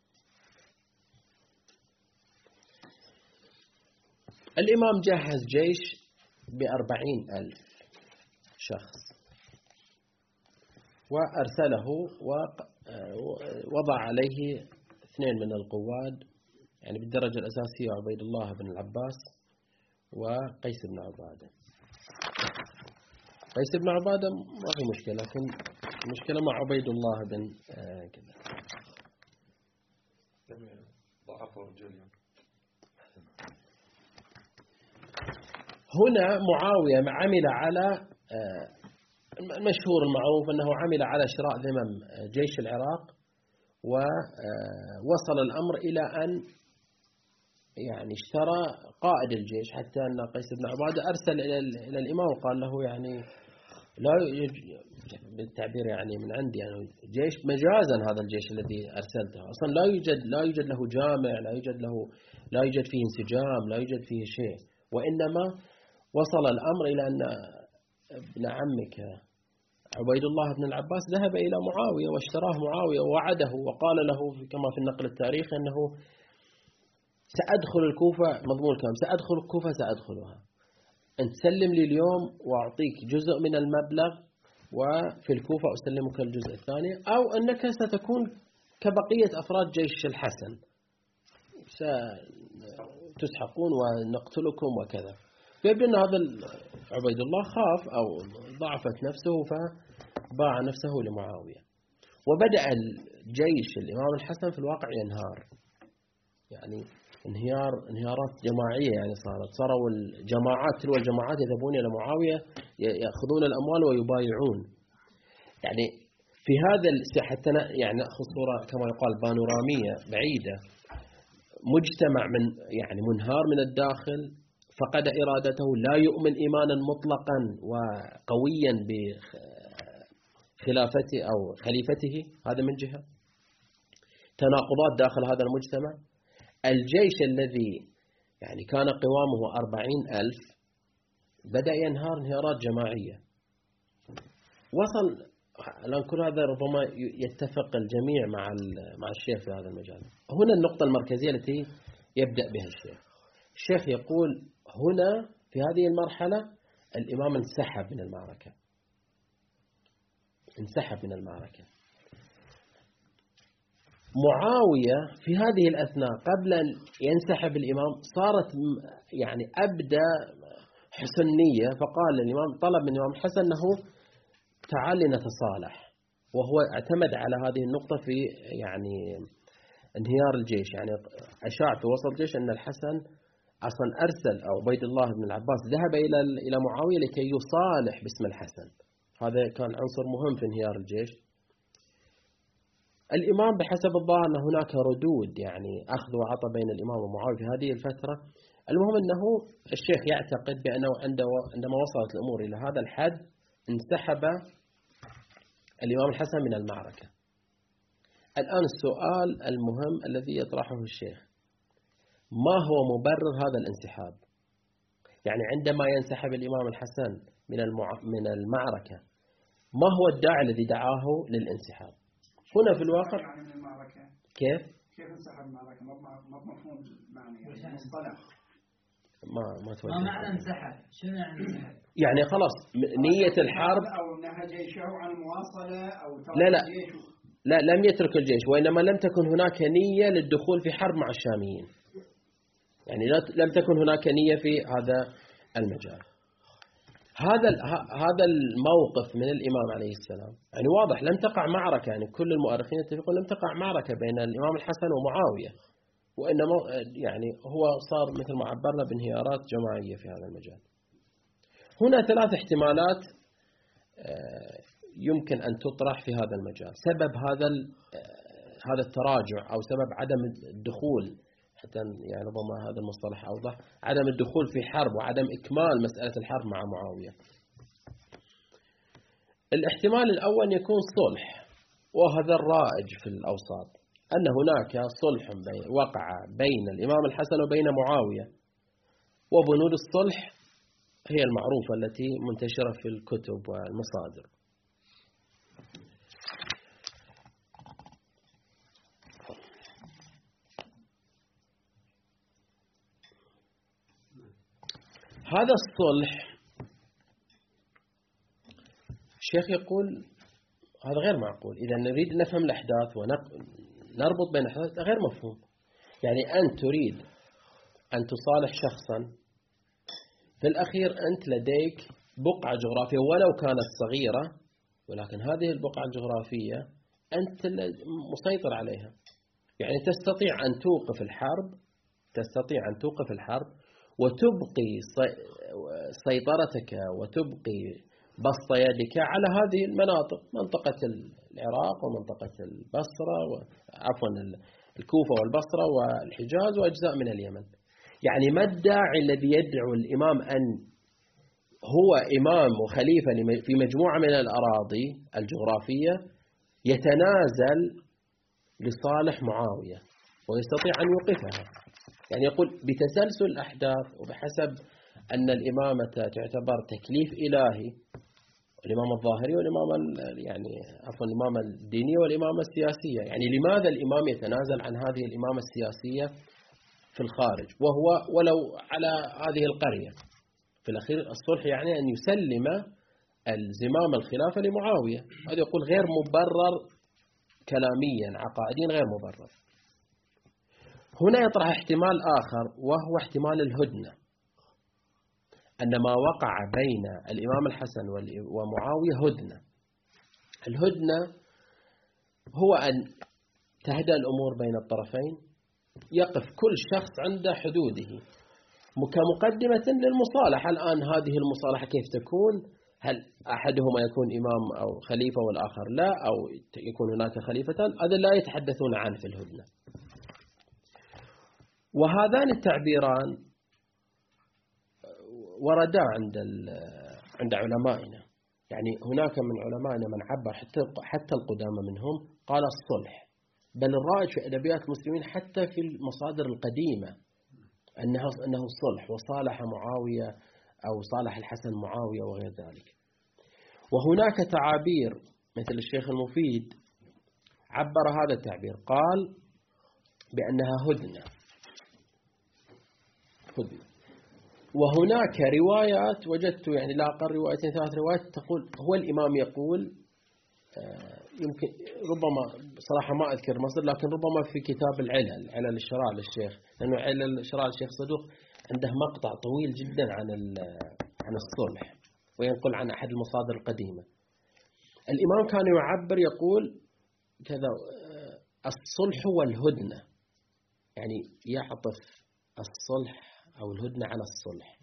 الإمام جهز جيش بأربعين ألف شخص وأرسله ووضع عليه اثنين من القواد، يعني بالدرجة الأساسية عبيد الله بن العباس وقيس بن عبادة. قيس بن عبادة ما في مشكلة، لكن المشكلة مع عبيد الله بن آه كذا. هنا معاوية عمل على آه المشهور المعروف أنه عمل على شراء ذمم جيش العراق، ووصل الأمر إلى أن يعني اشترى قائد الجيش، حتى أن قيس بن عبادة أرسل إلى الإمام وقال له يعني لا بالتعبير يعني من عندي يعني جيش مجازا، هذا الجيش الذي أرسلته أصلا لا يوجد لا يوجد له جامع، لا يوجد له لا يوجد فيه انسجام، لا يوجد فيه شيء، وإنما وصل الأمر إلى أن ابن عمك عبيد الله بن العباس ذهب إلى معاوية واشتراه معاوية ووعده وقال له كما في النقل التاريخي أنه سأدخل الكوفة، مضمون الكلام سأدخل الكوفة سأدخلها، أنت سلم لي اليوم وأعطيك جزء من المبلغ وفي الكوفة أسلمك الجزء الثاني، أو أنك ستكون كبقية أفراد جيش الحسن ستسحقون ونقتلكم وكذا. فيبدو أن هذا عبيد الله خاف أو ضعفت نفسه فباع نفسه لمعاوية، وبدأ الجيش الإمام الحسن في الواقع ينهار، يعني انهيار انهيارات جماعية، يعني صارت صاروا الجماعات تلو الجماعات يذهبون إلى معاوية يأخذون الأموال ويبايعون. يعني في هذا حتى يعني نأخذ صورة كما يقال بانورامية بعيدة، مجتمع من يعني منهار من الداخل، فقد إرادته، لا يؤمن إيمانا مطلقا وقويا بخلافته أو خليفته، هذا من جهة. تناقضات داخل هذا المجتمع. الجيش الذي يعني كان قوامه أربعين ألف بدأ ينهار انهيارات جماعية. وصل الآن كل هذا ربما يتفق الجميع مع مع الشيخ في هذا المجال. هنا النقطة المركزية التي يبدأ بها الشيخ. الشيخ يقول هنا في هذه المرحلة الإمام انسحب من المعركة، انسحب من المعركة. معاوية في هذه الأثناء قبل أن ينسحب الإمام صارت يعني أبدى حسنية، فقال الإمام طلب من الإمام الحسن أنه تعال لنتصالح، وهو اعتمد على هذه النقطة في يعني انهيار الجيش. يعني أشاع في وسط الجيش أن الحسن أصلا أرسل أو عبيد الله بن العباس ذهب إلى إلى معاوية لكي يصالح باسم الحسن. هذا كان عنصر مهم في انهيار الجيش. الإمام بحسب الظاهر أن هناك ردود يعني أخذ وعطى بين الإمام ومعاوية في هذه الفترة. المهم أنه الشيخ يعتقد بأنه عندما وصلت الأمور إلى هذا الحد انسحب الإمام الحسن من المعركة. الآن السؤال المهم الذي يطرحه الشيخ: ما هو مبرر هذا الانسحاب؟ يعني عندما ينسحب الإمام الحسن من من المعركة، ما هو الداعي الذي دعاه للانسحاب؟ هنا في الواقع يعني من المعركة كيف؟ كيف انسحب المعركة؟ ما ما مفهوم المعنى يعني مصطلح. ما ما توجه. ما معنى انسحب؟ شنو يعني انسحب؟ يعني خلاص نية الحرب أو نهى جيشه عن المواصلة أو ترك لا لا الجيش. لا لم يترك الجيش، وإنما لم تكن هناك نية للدخول في حرب مع الشاميين. يعني لم تكن هناك نية في هذا المجال. هذا هذا الموقف من الإمام عليه السلام يعني واضح، لم تقع معركة، يعني كل المؤرخين يتفقون لم تقع معركة بين الإمام الحسن ومعاوية، وإنما يعني هو صار مثل ما عبرنا بانهيارات جماعية في هذا المجال. هنا ثلاث احتمالات يمكن أن تطرح في هذا المجال. سبب هذا هذا التراجع أو سبب عدم الدخول، حتى يعني ربما هذا المصطلح أوضح، عدم الدخول في حرب وعدم إكمال مسألة الحرب مع معاوية. الاحتمال الأول يكون صلح، وهذا الرائج في الأوساط، أن هناك صلح وقع بين الإمام الحسن وبين معاوية، وبنود الصلح هي المعروفة التي منتشرة في الكتب والمصادر. هذا الصلح الشيخ يقول هذا غير معقول. إذا نريد نفهم الأحداث ونربط بين الأحداث غير مفهوم. يعني أنت تريد أن تصالح شخصا، في الأخير أنت لديك بقعة جغرافية ولو كانت صغيرة، ولكن هذه البقعة الجغرافية أنت مسيطر عليها. يعني تستطيع أن توقف الحرب تستطيع أن توقف الحرب وتبقي سيطرتك وتبقي بسط يدك على هذه المناطق، منطقة العراق ومنطقة البصرة عفوا الكوفة والبصرة والحجاز وأجزاء من اليمن. يعني ما الداعي الذي يدعو الإمام أن هو إمام وخليفة في مجموعة من الأراضي الجغرافية يتنازل لصالح معاوية ويستطيع أن يوقفها؟ يعني يقول بتسلسل الأحداث وبحسب أن الإمامة تعتبر تكليف إلهي، الإمامة الظاهرية والإمامة يعني عفوا الإمامة الدينية والإمامة السياسية. يعني لماذا الإمام يتنازل عن هذه الإمامة السياسية في الخارج وهو ولو على هذه القرية؟ في الأخير الصلح يعني أن يسلم الزمام الخلافة لمعاوية. هذا يقول غير مبرر كلاميا عقائديا، غير مبرر. هنا يطرح احتمال آخر وهو احتمال الهدنة، أن ما وقع بين الإمام الحسن ومعاوية هدنة. الهدنة هو أن تهدأ الأمور بين الطرفين، يقف كل شخص عند حدوده كمقدمة للمصالحة. الآن هذه المصالحة كيف تكون؟ هل أحدهما يكون إمام أو خليفة والآخر لا، أو يكون هناك خليفتان؟ هذا لا يتحدثون عنه في الهدنة. وهذان التعبيران وردا عند عند علمائنا. يعني هناك من علمائنا من عبر حتى حتى القدامى منهم قال الصلح، بل الرائج في أدبيات المسلمين حتى في المصادر القديمة أنه أنه الصلح وصالح معاوية أو صالح الحسن معاوية وغير ذلك. وهناك تعابير مثل الشيخ المفيد عبر هذا التعبير، قال بأنها هدنة هدنة. وهناك روايات وجدت يعني لا أقل روايتين ثلاث روايات تقول هو الإمام يقول، يمكن ربما صراحة ما أذكر مصدر، لكن ربما في كتاب العلل علل الشراع للشيخ، لأنه علل الشراع للشيخ صدوق عنده مقطع طويل جدا عن عن الصلح وينقل عن أحد المصادر القديمة. الإمام كان يعبر يقول كذا الصلح والهدنة، يعني يعطف الصلح أو الهدنة على الصلح.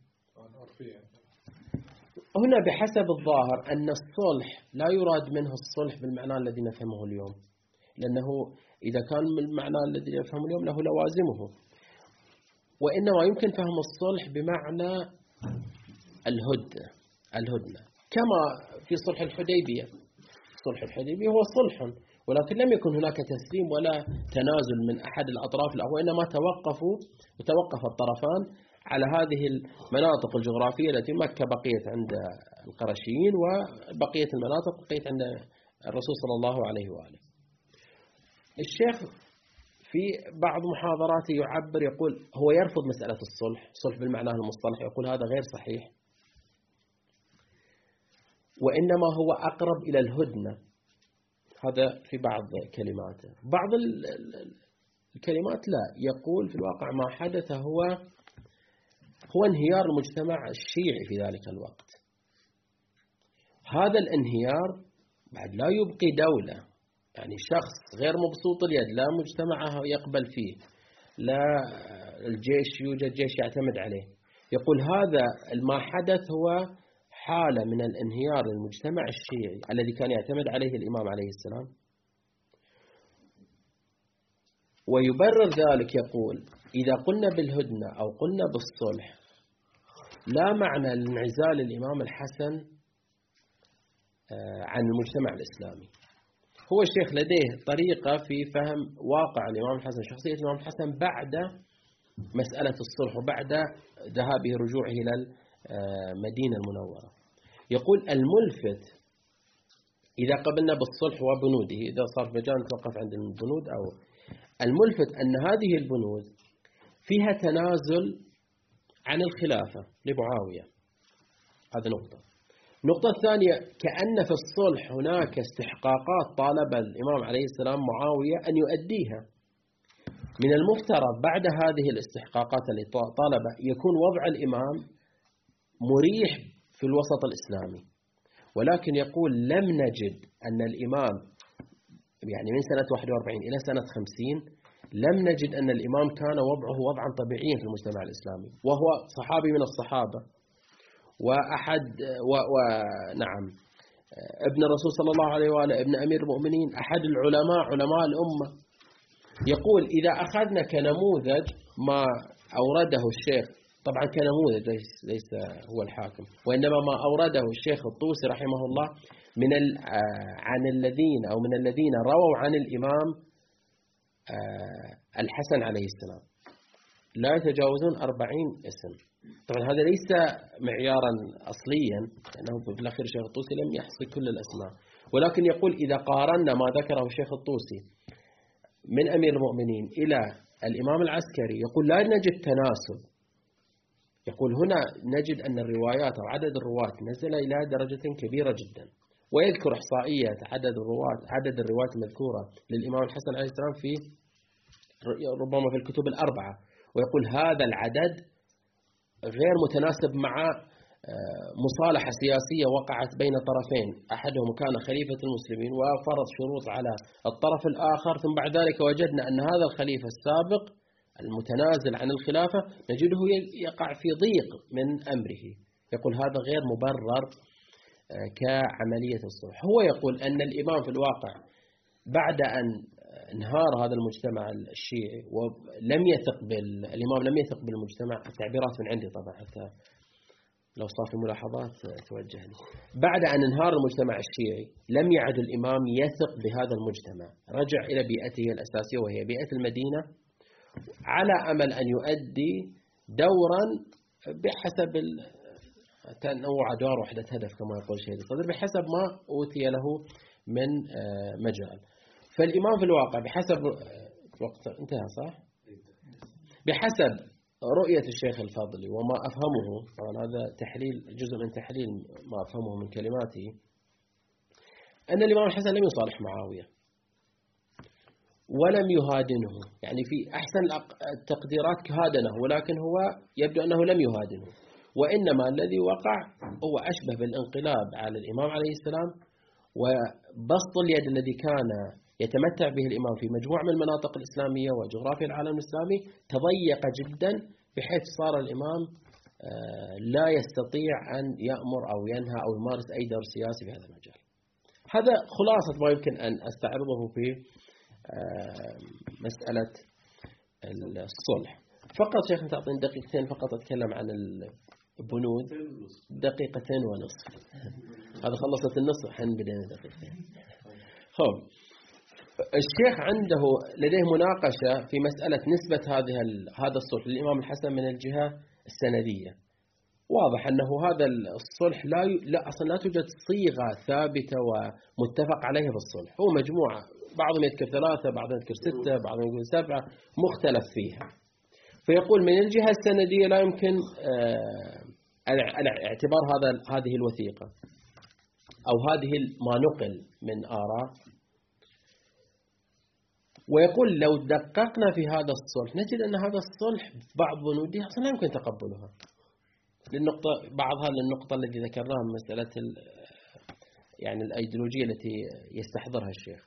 هنا بحسب الظاهر أن الصلح لا يراد منه الصلح بالمعنى الذي نفهمه اليوم، لأنه إذا كان من المعنى الذي يفهم اليوم له لوازمه، وإنما يمكن فهم الصلح بمعنى الهدنة الهدنة كما في صلح الحديبية. صلح الحديبية هو صلح، ولكن لم يكن هناك تسليم ولا تنازل من أحد الأطراف، وإنما توقفوا وتوقف الطرفان على هذه المناطق الجغرافية التي مكة بقيت عند القرشيين وبقية المناطق بقيت عند الرسول صلى الله عليه وآله. الشيخ في بعض محاضراته يعبر يقول هو يرفض مسألة الصلح، صلح بالمعنى المصطلح، يقول هذا غير صحيح، وإنما هو أقرب إلى الهدنة. هذا في بعض كلماته. بعض الكلمات لا، يقول في الواقع ما حدث هو هو انهيار المجتمع الشيعي في ذلك الوقت. هذا الانهيار بعد لا يبقي دولة، يعني شخص غير مبسوط اليد، لا مجتمعه يقبل فيه، لا الجيش يوجد جيش يعتمد عليه. يقول هذا ما حدث هو حالة من الانهيار المجتمع الشيعي الذي كان يعتمد عليه الإمام عليه السلام. ويبرر ذلك يقول إذا قلنا بالهدنة أو قلنا بالصلح لا معنى لانعزال الإمام الحسن عن المجتمع الإسلامي. هو الشيخ لديه طريقة في فهم واقع الإمام الحسن، شخصية الإمام الحسن بعد مسألة الصلح وبعد ذهابه رجوعه إلى المدينة المنورة. يقول الملفت إذا قبلنا بالصلح وبنوده، إذا صار مجال نتوقف عند البنود، أو الملفت أن هذه البنود فيها تنازل عن الخلافة لمعاوية. هذا نقطة. النقطة الثانية كأن في الصلح هناك استحقاقات طالب الإمام عليه السلام معاوية أن يؤديها. من المفترض بعد هذه الاستحقاقات التي طالب يكون وضع الإمام مريح في الوسط الإسلامي، ولكن يقول لم نجد أن الإمام يعني من سنة واحد وأربعين إلى سنة خمسين لم نجد أن الإمام كان وضعه وضعا طبيعيا في المجتمع الإسلامي، وهو صحابي من الصحابة وأحد ونعم ابن الرسول صلى الله عليه وآله، ابن أمير المؤمنين، أحد العلماء علماء الأمة. يقول إذا أخذنا كنموذج ما أورده الشيخ، طبعا كنموذج ليس, ليس هو الحاكم، وإنما ما أورده الشيخ الطوسي رحمه الله من عن الذين أو من الذين رووا عن الإمام الحسن عليه السلام لا يتجاوزون أربعين اسم. طبعا هذا ليس معيارا أصليا، لأنه في الأخير الشيخ الطوسي لم يحصي كل الأسماء، ولكن يقول إذا قارنا ما ذكره الشيخ الطوسي من أمير المؤمنين إلى الإمام العسكري يقول لا نجد تناسب. يقول هنا نجد أن الروايات أو عدد الرواة نزل إلى درجة كبيرة جدا، ويذكر إحصائية عدد الرواة عدد الروايات المذكورة للإمام الحسن عليه السلام في ربما في الكتب الأربعة، ويقول هذا العدد غير متناسب مع مصالحة سياسية وقعت بين طرفين، أحدهم كان خليفة المسلمين وفرض شروط على الطرف الآخر، ثم بعد ذلك وجدنا أن هذا الخليفة السابق المتنازل عن الخلافة نجده يقع في ضيق من أمره. يقول هذا غير مبرر كعملية الصلح. هو يقول أن الإمام في الواقع بعد أن انهار هذا المجتمع الشيعي ولم يثق بالإمام لم يثق بالمجتمع، التعبيرات من عندي طبعا حتى لو صار في ملاحظات توجه لي، بعد أن انهار المجتمع الشيعي لم يعد الإمام يثق بهذا المجتمع، رجع إلى بيئته الأساسية وهي بيئة المدينة، على أمل أن يؤدي دورا بحسب تنوع أدوار وحدة هدف كما يقول شهيد الصدر، بحسب ما أوتي له من مجال. فالإمام في الواقع بحسب وقت انتهى صح؟ بحسب رؤية الشيخ الفاضلي وما أفهمه، طبعا هذا تحليل جزء من تحليل ما أفهمه من كلماته، أن الإمام الحسن لم يصالح معاوية ولم يهادنه، يعني في أحسن التقديرات هادنه، ولكن هو يبدو أنه لم يهادنه، وإنما الذي وقع هو أشبه بالانقلاب على الإمام عليه السلام، وبسط اليد الذي كان يتمتع به الإمام في مجموعة من المناطق الإسلامية وجغرافيا العالم الإسلامي تضيق جدا، بحيث صار الإمام لا يستطيع أن يأمر أو ينهى أو يمارس أي دور سياسي في هذا المجال. هذا خلاصة ما يمكن أن أستعرضه في مسألة الصلح. فقط شيخ تعطيني دقيقتين فقط أتكلم عن البنود، دقيقتين ونصف. هذا خلصت النصف، حين بدينا دقيقتين. خب الشيخ عنده لديه مناقشة في مسألة نسبة هذه هذا الصلح للإمام الحسن من الجهة السندية. واضح أنه هذا الصلح لا ي... لا أصلا لا توجد صيغة ثابتة ومتفق عليها في الصلح، هو مجموعة، بعضهم يذكر ثلاثة، بعضهم يذكر ستة، بعضهم يذكر سبعة، مختلف فيها. فيقول من الجهة السندية لا يمكن اعتبار هذا هذه الوثيقة أو هذه ما نقل من آراء. ويقول لو دققنا في هذا الصلح نجد أن هذا الصلح بعض بنوده أصلا لا يمكن تقبلها للنقطة، بعض هذه النقطة التي ذكرناها من مسألة يعني الأيديولوجية التي يستحضرها الشيخ.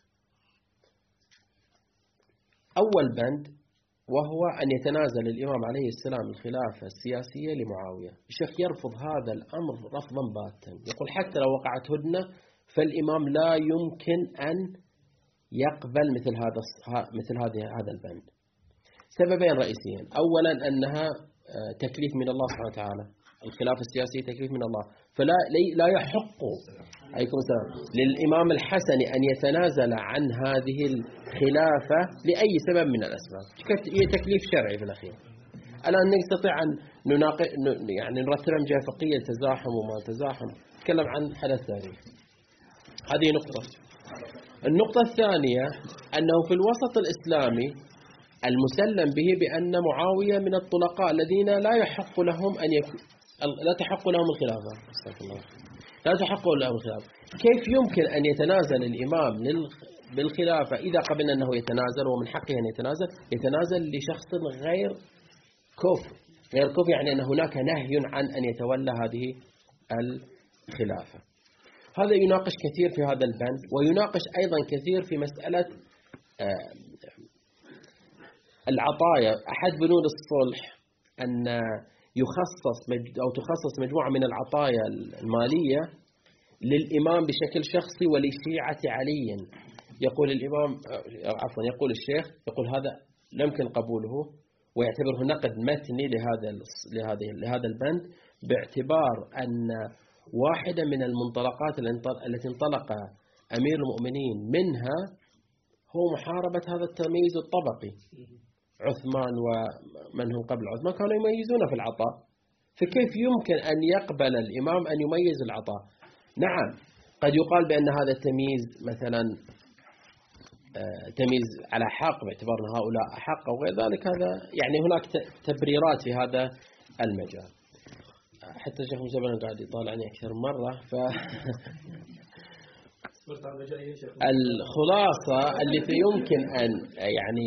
أول بند وهو أن يتنازل الإمام عليه السلام الخلافة السياسية لمعاوية. الشيخ يرفض هذا الأمر رفضا باتا، يقول حتى لو وقعت هدنة فالإمام لا يمكن أن يقبل مثل هذا مثل هذه هذا البند. سببين رئيسيين، أولا أنها تكليف من الله سبحانه وتعالى، الخلافة السياسية تكليف من الله، فلا لا يحق عليكم السلام للإمام الحسن أن يتنازل عن هذه الخلافة لأي سبب من الأسباب، هي تكليف شرعي في الأخير. الآن نستطيع أن نناقش يعني نرتبها من جهة فقهية تزاحم وما تزاحم، نتكلم عن حدث تاريخي. هذه نقطة. النقطة الثانية أنه في الوسط الإسلامي المسلم به بأن معاوية من الطلقاء الذين لا يحق لهم أن يكون لا تحق لهم الخلافة، استغفر الله، لا تحق لهم الخلافة. كيف يمكن أن يتنازل الإمام بالخلافة إذا قبلنا أنه يتنازل ومن حقه أن يتنازل يتنازل لشخص غير كفر، غير كفر يعني أن هناك نهي عن أن يتولى هذه الخلافة. هذا يناقش كثير في هذا البند، ويناقش أيضا كثير في مسألة العطايا. أحد بنود الصلح أن يخصص أو تخصص مجموعة من العطايا المالية للإمام بشكل شخصي ولشيعة علي. يقول الإمام عفوا يقول الشيخ يقول هذا لا يمكن قبوله، ويعتبره نقد متني لهذا لهذه لهذا البند، باعتبار أن واحدة من المنطلقات التي انطلق أمير المؤمنين منها هو محاربة هذا التمييز الطبقي. عثمان ومن هم قبل عثمان كانوا يميزون في العطاء، فكيف يمكن أن يقبل الإمام أن يميز العطاء؟ نعم قد يقال بأن هذا التمييز مثلا تمييز على حق باعتبار أن هؤلاء أحق أو غير ذلك، هذا يعني هناك تبريرات في هذا المجال. حتى الشيخ مسبنا قاعد يطالعني أكثر من مرة. ف الخلاصة التي يمكن أن يعني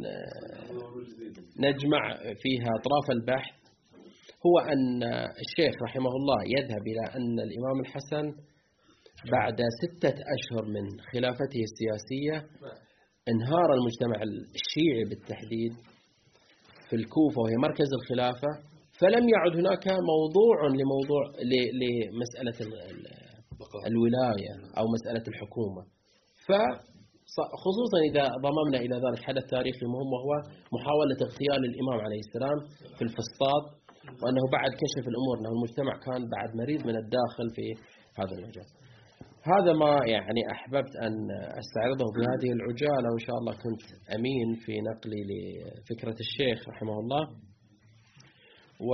نجمع فيها أطراف البحث هو أن الشيخ رحمه الله يذهب إلى أن الإمام الحسن بعد ستة أشهر من خلافته السياسية انهار المجتمع الشيعي بالتحديد في الكوفة وهي مركز الخلافة، فلم يعد هناك موضوع لموضوع لمسألة الولاية أو مسألة الحكومة. فخصوصا إذا ضممنا إلى ذلك حدث تاريخي مهم وهو محاولة اغتيال الإمام عليه السلام في الفسطاط، وأنه بعد كشف الأمور أنه المجتمع كان بعد مريض من الداخل في هذا المجال. هذا ما يعني أحببت أن أستعرضه بهذه العجالة، وإن شاء الله كنت أمين في نقلي لفكرة الشيخ رحمه الله. و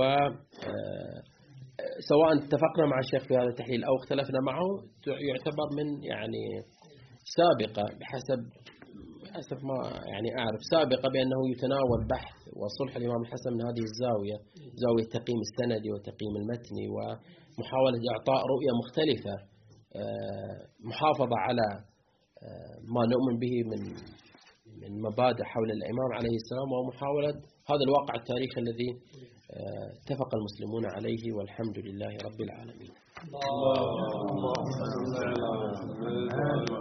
سواء اتفقنا مع الشيخ في هذا التحليل أو اختلفنا معه يعتبر من يعني سابقة بحسب حسب ما يعني أعرف سابقة بأنه يتناول بحث وصلح الإمام الحسن من هذه الزاوية، زاوية التقييم السندي والتقييم المتني ومحاولة إعطاء رؤية مختلفة محافظة على ما نؤمن به من من مبادئ حول الإمام عليه السلام، ومحاولة هذا الواقع التاريخي الذي اتفق المسلمون عليه، والحمد لله رب العالمين.